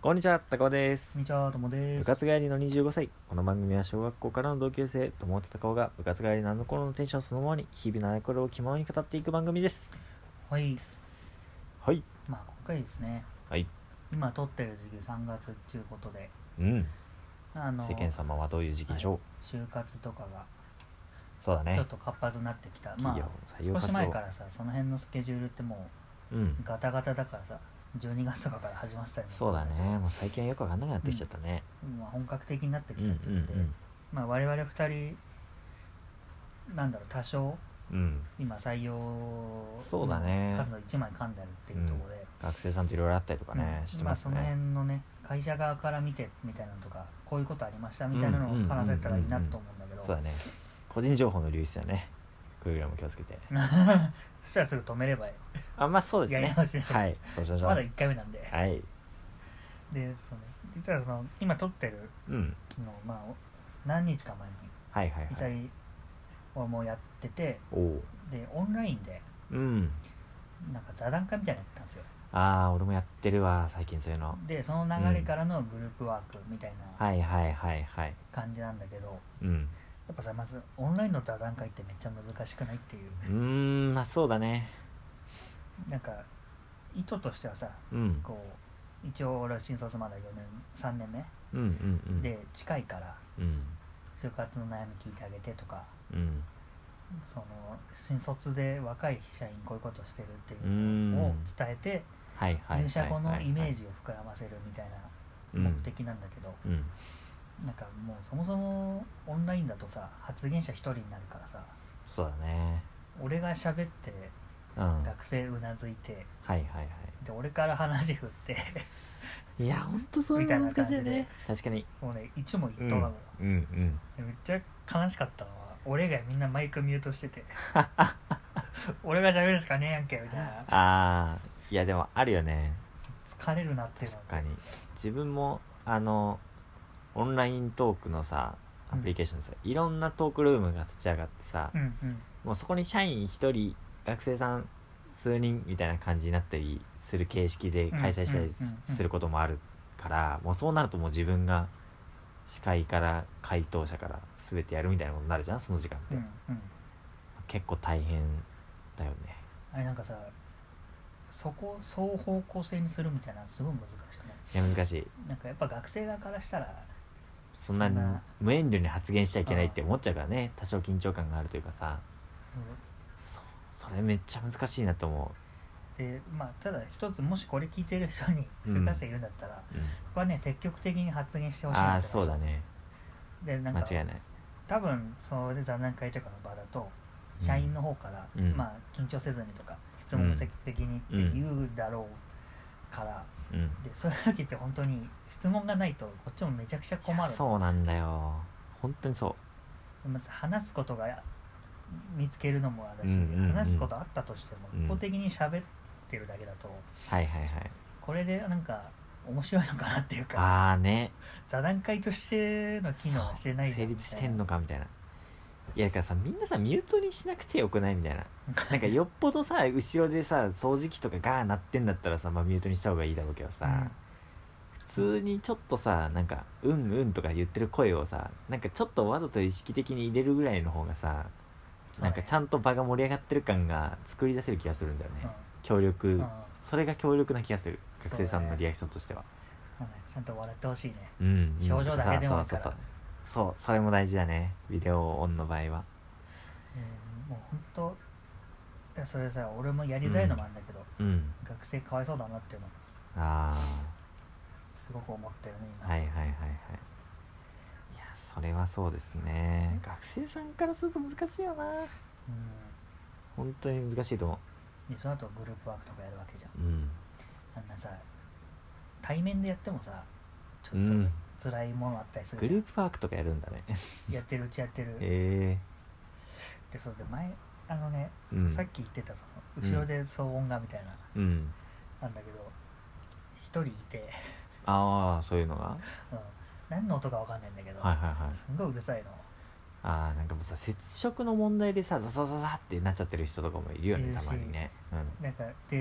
こんにちは、高尾でこす。 んにちは、ともです。 部活帰りの25歳。この番組は小学校からの同級生、友達高尾が部活帰りのあの頃のテンションそのままに、日々のあれこれを気ままに語っていく番組です。 はい。 はい。 今回ですね、 はい。 今撮ってる時期3月っていうことで、 うん。 世世間様はどういう時期でしょう。 就活とかがそうだね。 ちょっと活発になってきた。 企業採用少し活動。 前からさ、その辺のスケジュールってもうガタガタだからさ、12月とかから始まってたりもそうだね。もう最近はよくわかんなくなってきちゃったね。 本格的になってきたって言って、我々2人多少今採用そうだね。 数の1枚噛んでるっていうところで、 学生さんといろいろあったりとかね、してますね。 その辺のね、会社側から見てみたいなのとか、こういうことありましたみたいなのを話せたらいいなと思うんだけど、 そうだね。個人情報の流出だね。くれぐれも気をつけて。 そしたらすぐ止めればいい。 そうですね。はい、そうしましょう。 まだ1回目なんで。 はい。 で、実は今撮ってるの、何日か前に実際俺もやってて、でオンラインで座談会みたいなのやったんですよ。 俺もやってるわ最近そういうので、その流れからのグループワークみたいな感じなんだけど、やっぱさ、まずオンラインの座談会ってめっちゃ難しくないっていう。 そうだね。 意図としてはさ、一応俺は新卒まだ3年目、で近いから、就活の悩み聞いてあげてとか、新卒で若い社員こういうことしてるっていうのを伝えて、入社後のイメージを膨らませるみたいな目的なんだけど、もうそもそもオンラインだとさ、発言者一人になるからさ、 そうだね。 俺が喋って学生うなずいて、で俺から話振っていやほんとそういうの難しいよね。確かにもうね、一問一答なのよ。めっちゃ悲しかったのは、俺以外みんなマイクミュートしてて俺が喋るしかねえやんけみたいな。 いやでもあるよね。 疲れるなっていうの。 確かに自分もオンライントークのさアプリケーションでさ、いろんなトークルームが立ち上がってさ、もうそこに社員一人学生さん数人みたいな感じになったりする形式で開催したりすることもあるから、もうそうなるともう自分が司会から回答者から全てやるみたいなことになるじゃん、その時間って。結構大変だよね。 あれそこ双方向性にするみたいなのすごい難しくない？ いや難しい。 やっぱ学生側からしたらそんなに無遠慮に発言しちゃいけないって思っちゃうからね。多少緊張感があるというかさ、それめっちゃ難しいなと思う。でただ一つ、もしこれ聞いてる人に就活生いるんだったら、そこはね、積極的に発言してほしいなって。 そうだね。 で間違いない。 多分それで座談会とかの場だと社員の方から、緊張せずにとか質問も積極的にって言うだろうから、でそういう時って本当に質問がないとこっちもめちゃくちゃ困る。 そうなんだよ、本当にそう。 まず話すことが見つけるのもあるし、話すことあったとしても一方的に喋ってるだけだと、これで面白いのかなっていうか、座談会としての機能はしてないじゃん、 成立してんのかみたいな。いやだからさ、みんなさミュートにしなくてよくないみたいなよっぽどさ後ろでさ掃除機とかガー鳴ってんだったらさ、ミュートにした方がいいだろうけどさ、普通にちょっとさうんとか言ってる声をさちょっとわざと意識的に入れるぐらいの方がさ、ちゃんと場が盛り上がってる感が作り出せる気がするんだよね。協力、それが強力な気がする、学生さんのリアクションとしては。 ちゃんと笑ってほしいね、表情だけでもいいから。 それも大事だね、ビデオオンの場合は。 もう本当それさ、俺もやりづらいのもあるんだけど、学生かわいそうだなっていうのすごく思ってるね今。 いやそれはそうですね。学生さんからすると難しいよな。本当に難しいと思う。 でその後グループワークとかやるわけじゃん、さ対面でやってもさちょっと辛いものあったりする。 グループワークとかやるんだねやってる、うちやってる。 でそれで前さっき言ってた後ろで騒音がみたいな、なんだけど一人いてそういうのが、 何の音か分かんないんだけど、すんごいうるさいの。 もうさ接触の問題でさザザザザってなっちゃってる人とかもいるよね、たまにね。 で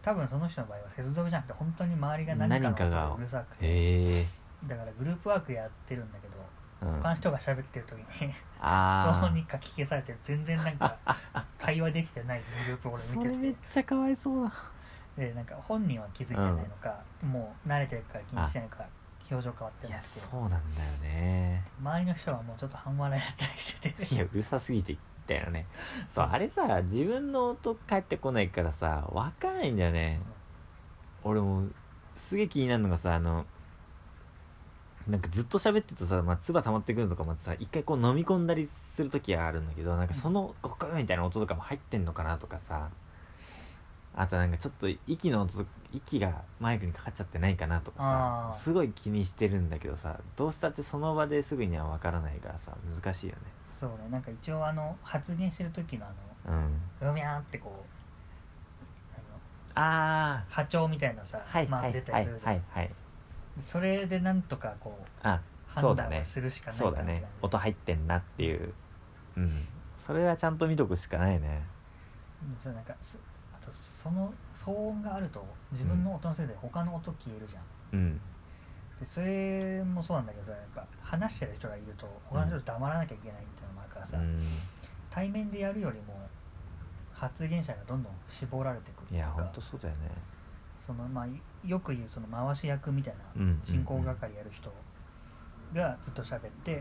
多分その人の場合は接続じゃなくて本当に周りが何かがうるさくて、だからグループワークやってるんだけど、他の人が喋ってる時にそうにかき消されて全然なんか会話できてないグループを俺見てて、 それめっちゃかわいそうだ。 でなんか本人は気づいてないのか、もう慣れてるから気にしてないから表情変わってなくて、 そうなんだよね。 周りの人はもうちょっと半笑いだったりしてていやうるさすぎてみたいなね。そうあれさ自分の音返ってこないからさ分かんないんだよね、俺もすげえ気になるのがさなんかずっと喋ってるとさ、唾溜まってくるのとかまたさ一回こう飲み込んだりする時はあるんだけど、なんかそのゴクみたいな音とかも入ってんのかなとかさ、あとなんかちょっと息がマイクにかかっちゃってないかなとかさ、すごい気にしてるんだけどさ、どうしたってその場ですぐには分からないからさ難しいよね。 そうね、なんか一応発言してる時のうみゃーってこう波長みたいなさ、出たりするじゃん。それでなんとかこう判断をするしかないかな。 そうだね、音入ってんなっていう、それはちゃんと見とくしかないね。 なんかあとその騒音があると自分の音のせいで他の音消えるじゃん、でそれもそうなんだけどさ、やっぱ話してる人がいると他の人と黙らなきゃいけないっていうのもあるからさ、対面でやるよりも発言者がどんどん絞られてくるっていうか。 いやほんとそうだよね。 よく言うその回し役みたいな進行係やる人がずっと喋って、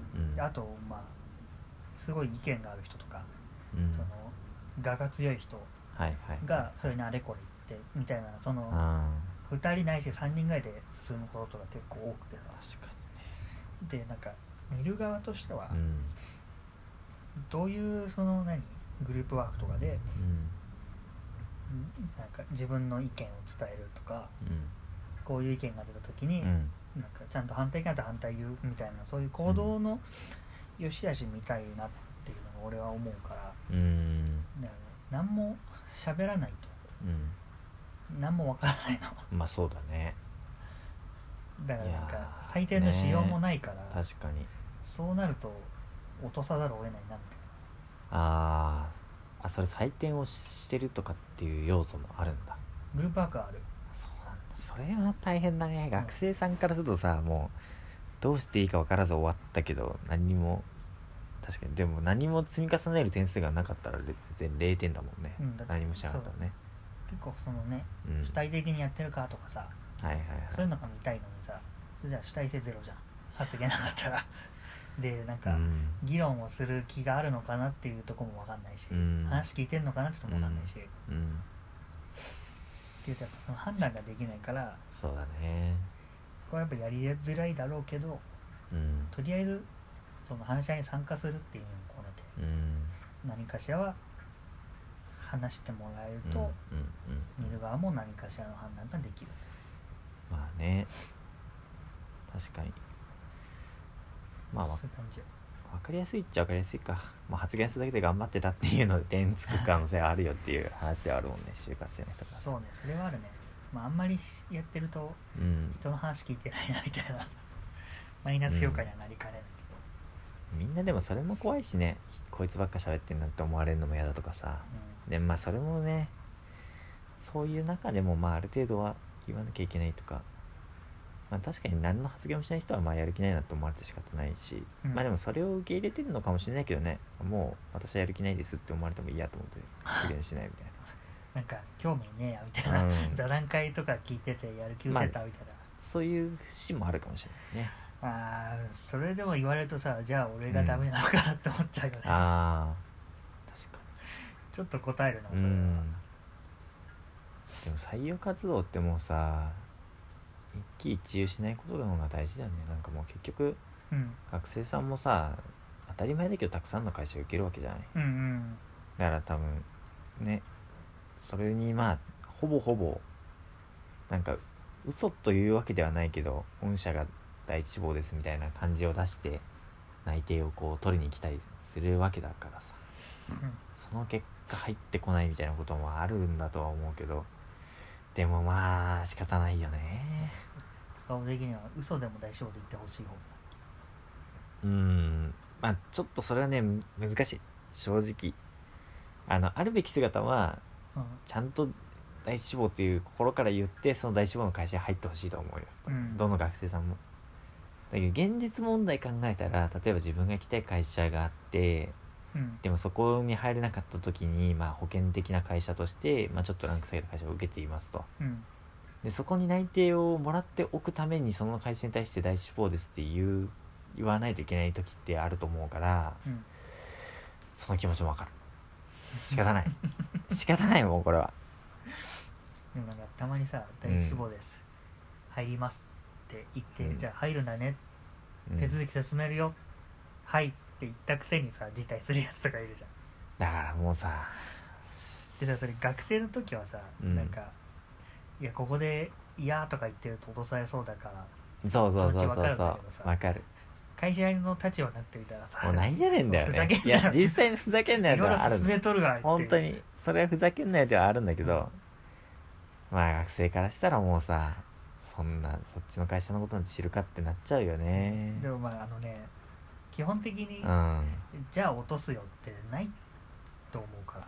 あとすごい意見がある人とか、その我が強い人がそれにあれこれ言ってみたいな、その2人ないし3人ぐらいで進むことが結構多くてさ。 確かにね。でなんか見る側としては、どういうそのグループワークとかで、なんか自分の意見を伝えるとか、こういう意見が出た時に、なんかちゃんと反対意見だと反対言うみたいな、そういう行動の良し悪し見たいなっていうのが俺は思うから、何も喋らないと、何もわからないの。 そうだね。 だからなんか採点のしようもないから、 確かにそうなると落とさざるを得ないなみたいな。それ採点をしてるとかっていう要素もあるんだ。 グループワークはある。 そうなんだ。それは大変だね。学生さんからするとさ、もうどうしていいか分からず終わったけど、何も確かにでも何も積み重ねる点数がなかったら全0点だもんね、何もしなかったらね。 結構そのね、主体的にやってるかとかさ、そういうのが見たいのにさ、それじゃあ主体性ゼロじゃん、発言なかったらでなんか、議論をする気があるのかなっていうところも分かんないし、話聞いてんのかなっていうのも分かんないし、っていうとやっぱ判断ができないから、 そうだね、 これはやっぱやりづらいだろうけど、とりあえずその話し合いに参加するっていうのを込めて、何かしらは話してもらえると、見る側も何かしらの判断ができる。 まあね、確かにそういう感じ。分かりやすいっちゃ分かりやすいか、発言するだけで頑張ってたっていうので点つく可能性はあるよっていう話はあるもんね、就活生の人が。 そうね、それはあるね。あんまりやってると、人の話聞いてないなみたいなマイナス評価にはなりかねない、 みんなでもそれも怖いしね、こいつばっか喋ってんなって思われるのも嫌だとかさ、でそれもね、そういう中でもある程度は言わなきゃいけないとか、確かに何の発言もしない人はやる気ないなと思われて仕方ないし、でもそれを受け入れてるのかもしれないけどね、もう私はやる気ないですって思われてもいいやと思って発言しないみたいななんか興味ねえやみたいな、座談会とか聞いててやる気失せたみたいな、 そういう節もあるかもしれないね。 それでも言われるとさ、じゃあ俺がダメなのかなって思っちゃうよね、確かにちょっと答えるのそれは、 でも採用活動ってもうさ、一喜一憂しないことの方が大事だよね。なんかもう結局、学生さんもさ、当たり前だけどたくさんの会社受けるわけじゃない、だから多分ね、それにほぼほぼなんか嘘というわけではないけど、御社が第一志望ですみたいな感じを出して内定を取りに来たりするわけだからさ、その結果入ってこないみたいなこともあるんだとは思うけど、でも仕方ないよね。 顔的には嘘でも大丈夫で言ってほしい方。 ちょっとそれはね難しい、正直。あるべき姿は、ちゃんと第一志望っていう心から言ってその第一志望の会社に入ってほしいと思うよ、どの学生さんも。だけど現実問題考えたら、例えば自分が行きたい会社があって、でもそこに入れなかった時に、保険的な会社として、ちょっとランク下げた会社を受けていますと、でそこに内定をもらっておくためにその会社に対して第一志望ですって言わないといけない時ってあると思うから、その気持ちも分かる。仕方ない仕方ないもんこれは。 でもなんかたまにさ第一志望です、入りますって言って、じゃあ入るんだね、手続き進めるよ、はいって言ったくせにさ辞退するやつとかいるじゃん。 だからもうさでさ、それ学生の時はさ、なんかいやここで嫌とか言ってると落とされそうだから、 そう分かる。 会社の立場になってみたらさ、 もうなんやねんだよね。いや実際にふざけんなよではある。 いろいろ進めとるわ本当にそれはふざけんなよではあるんだけど、学生からしたらもうさ、そっちの会社のことなんて知るかってなっちゃうよね。 でも基本的に、じゃあ落とすよってないと思うから、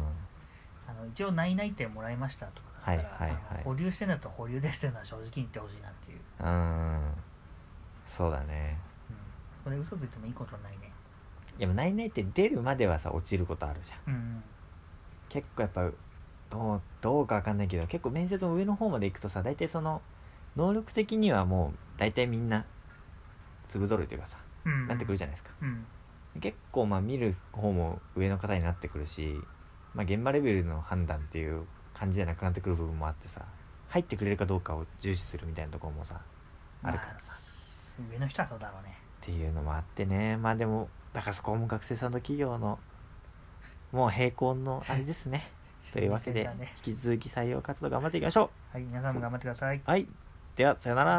一応内々点もらいましたとかだったら、保留してんだと保留ですっていうのは正直に言ってほしいなっていう。 そうだね。 これ嘘ついてもいいことないね。 いや内々点出るまではさ落ちることあるじゃん。結構やっぱどうか分かんないけど、結構面接の上の方まで行くとさ、大体その能力的にはもう大体みんな粒揃いというかさ、なってくるじゃないですか。結構見る方も上の方になってくるし、現場レベルの判断っていう感じじゃなくなってくる部分もあってさ、入ってくれるかどうかを重視するみたいなところもさ、あるからさ、 上の人はそうだろうねっていうのもあってね。でもだからそこも学生さんと企業のもう並行のあれですねというわけで、引き続き採用活動頑張っていきましょう。 はい、皆さんも頑張ってください。 はい、ではさよなら。